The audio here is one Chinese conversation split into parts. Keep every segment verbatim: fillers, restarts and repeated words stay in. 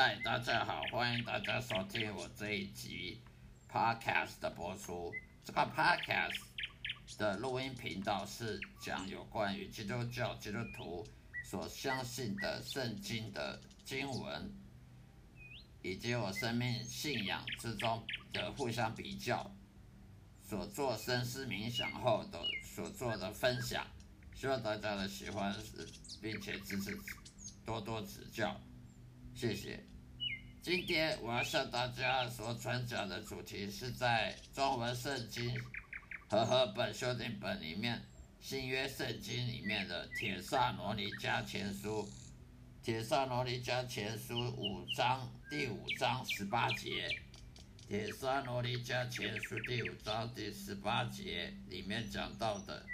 嗨，大家好，欢迎大家收听我这一集 podcast 的播出。这个 podcast 的录音频道是讲有关于基督教基督徒所相信的圣经的经文，以及我生命信仰之中的互相比较，所做深思冥想后的所做的分享。希望大家的喜欢，并且支持，多多指教，谢谢。今天我要向大家所传讲的主题是在中文圣经和合本修订本里面新约圣经里面的帖撒罗尼迦前书，帖撒罗尼迦前书五章第五章十八节，帖撒罗尼迦前书第五章第十八节里面讲到的。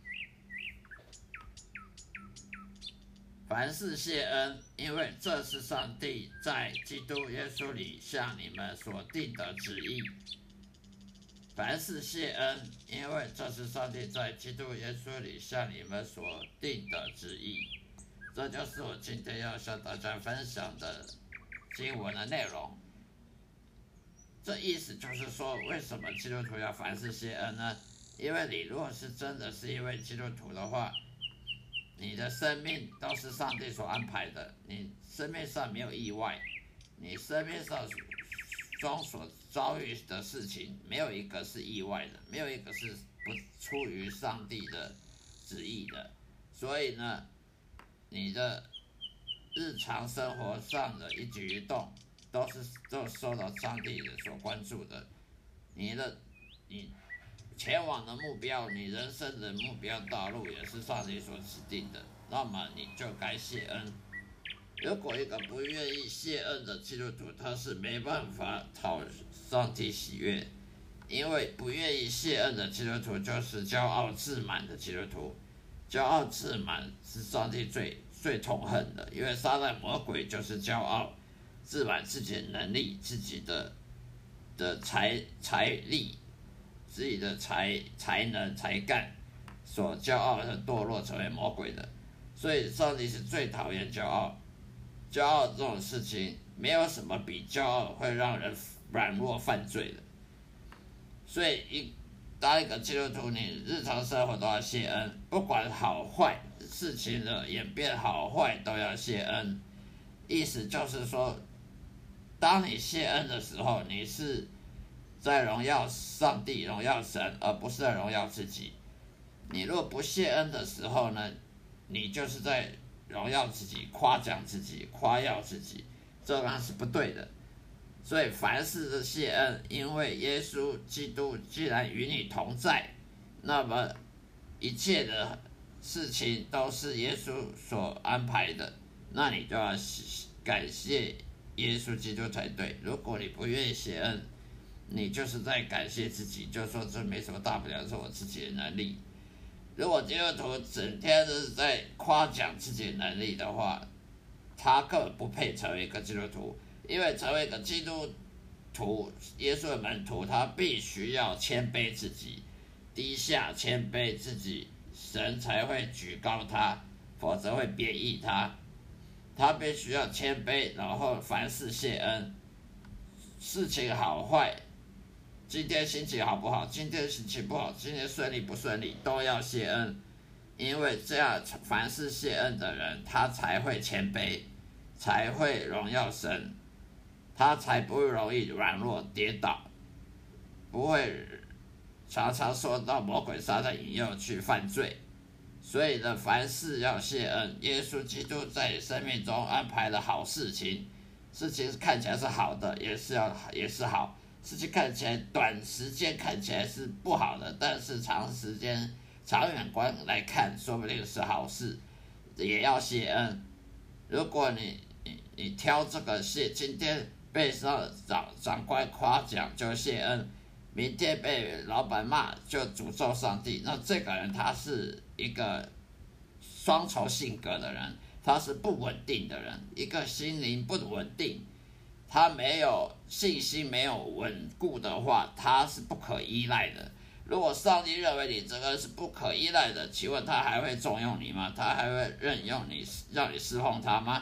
凡事谢恩，因为这是上帝在基督耶稣里向你们所定的旨意。凡事谢恩，因为这是上帝在基督耶稣里向你们所定的旨意。这就是我今天要向大家分享的经文的内容。这意思就是说，为什么基督徒要凡事谢恩呢？因为你如果是真的是一位基督徒的话，你的生命都是上帝所安排的，你生命上没有意外，你生命上中所遭遇的事情没有一个是意外的，没有一个是不出于上帝的旨意的。所以呢，你的日常生活上的一举一动都是都受到上帝的所关注的。你的你前往的目标，你人生的目标道路也是上帝所指定的，那么你就该谢恩。如果一个不愿意谢恩的基督徒，他是没办法讨上帝喜悦，因为不愿意谢恩的基督徒就是骄傲自满的基督徒。骄傲自满是上帝最最痛恨的，因为撒旦魔鬼就是骄傲自满自己的能力、自己的的财财力。自己的才才能才干所骄傲和堕落成为魔鬼的，所以上帝是最讨厌骄傲。骄傲这种事情，没有什么比骄傲会让人软弱犯罪的。所以一当一个基督徒，你日常生活都要谢恩，不管好坏，事情的演变好坏都要谢恩。意思就是说，当你谢恩的时候，你是在荣耀上帝、荣耀神，而不是在荣耀自己。你若不谢恩的时候呢，你就是在荣耀自己、夸奖自己、夸耀自己，这样是不对的。所以凡事的谢恩，因为耶稣基督既然与你同在，那么一切的事情都是耶稣所安排的，那你就要感谢耶稣基督才对。如果你不愿意谢恩，你就是在感谢自己，就说这没什么大不了，是我自己的能力。如果基督徒整天都是在夸奖自己的能力的话，他根本不配成为一个基督徒。因为成为一个基督徒，耶稣的门徒，他必须要谦卑自己，低下谦卑自己，神才会举高他，否则会贬义他。他必须要谦卑，然后凡事谢恩。事情好坏，今天心情好不好，今天心情不好，今天顺利不顺利，都要谢恩。因为这样凡事谢恩的人，他才会谦卑，才会荣耀神，他才不会容易软弱跌倒，不会常常受到魔鬼撒旦引诱去犯罪。所以呢，凡事要谢恩。耶稣基督在生命中安排了好事情，事情看起来是好的，也是要也是好。事情看起来短时间看起来是不好的，但是长时间长远观来看，说不定是好事，也要谢恩。如果你你你挑这个谢，今天被上长长官夸奖就谢恩，明天被老板骂就诅咒上帝，那这个人他是一个双重性格的人，他是不稳定的人，一个心灵不稳定，他没有信心、没有稳固的话，他是不可依赖的。如果上帝认为你这个人是不可依赖的，请问他还会重用你吗？他还会任用你，让你侍奉他吗？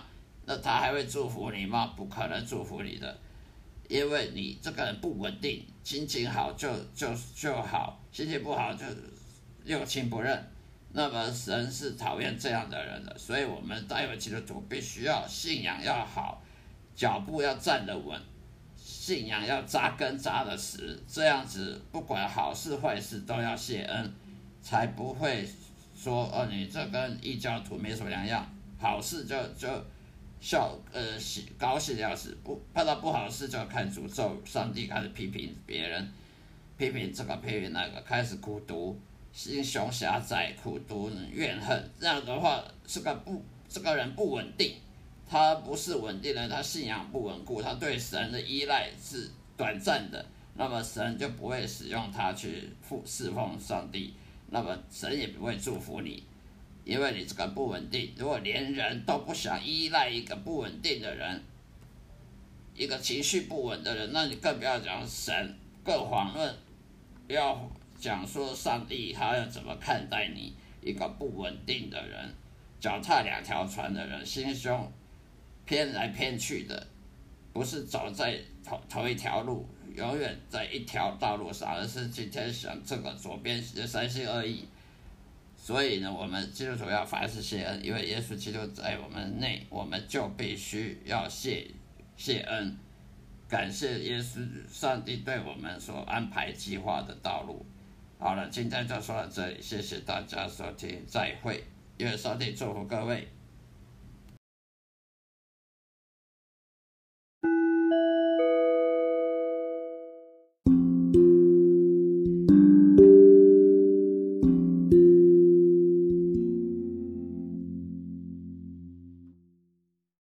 那他还会祝福你吗？不可能祝福你的，因为你这个人不稳定，心情好就就就好，心情不好就六亲不认。那么神是讨厌这样的人的，所以我们待会基督徒必须要信仰要好，脚步要站得稳，信仰要扎根扎得实，这样子不管好事坏事都要谢恩，才不会说哦你这跟异教徒没什么两样，好事就就笑呃喜高兴的要死，不碰到不好事就看诅咒，上帝开始批评别人，批评这个批评那个，开始孤独。心胸狭窄、苦毒、怨恨，这样的话，这个不，这个人不稳定，他不是稳定的，他信仰不稳固，他对神的依赖是短暂的，那么神就不会使用他去侍奉上帝，那么神也不会祝福你，因为你这个不稳定。如果连人都不想依赖一个不稳定的人，一个情绪不稳的人，那你更不要讲神，更遑论要讲说上帝他要怎么看待你一个不稳定的人，脚踏两条船的人，心胸偏来偏去的，不是走在同同一条路，永远在一条道路上，而是今天想这个左边三心二意。所以呢，我们基督徒要凡事谢恩，因为耶稣基督在我们内，我们就必须要谢谢恩，感谢耶稣上帝对我们所安排计划的道路。好了，今天就说到这里，谢谢大家收听，再会，愿上帝祝福各位。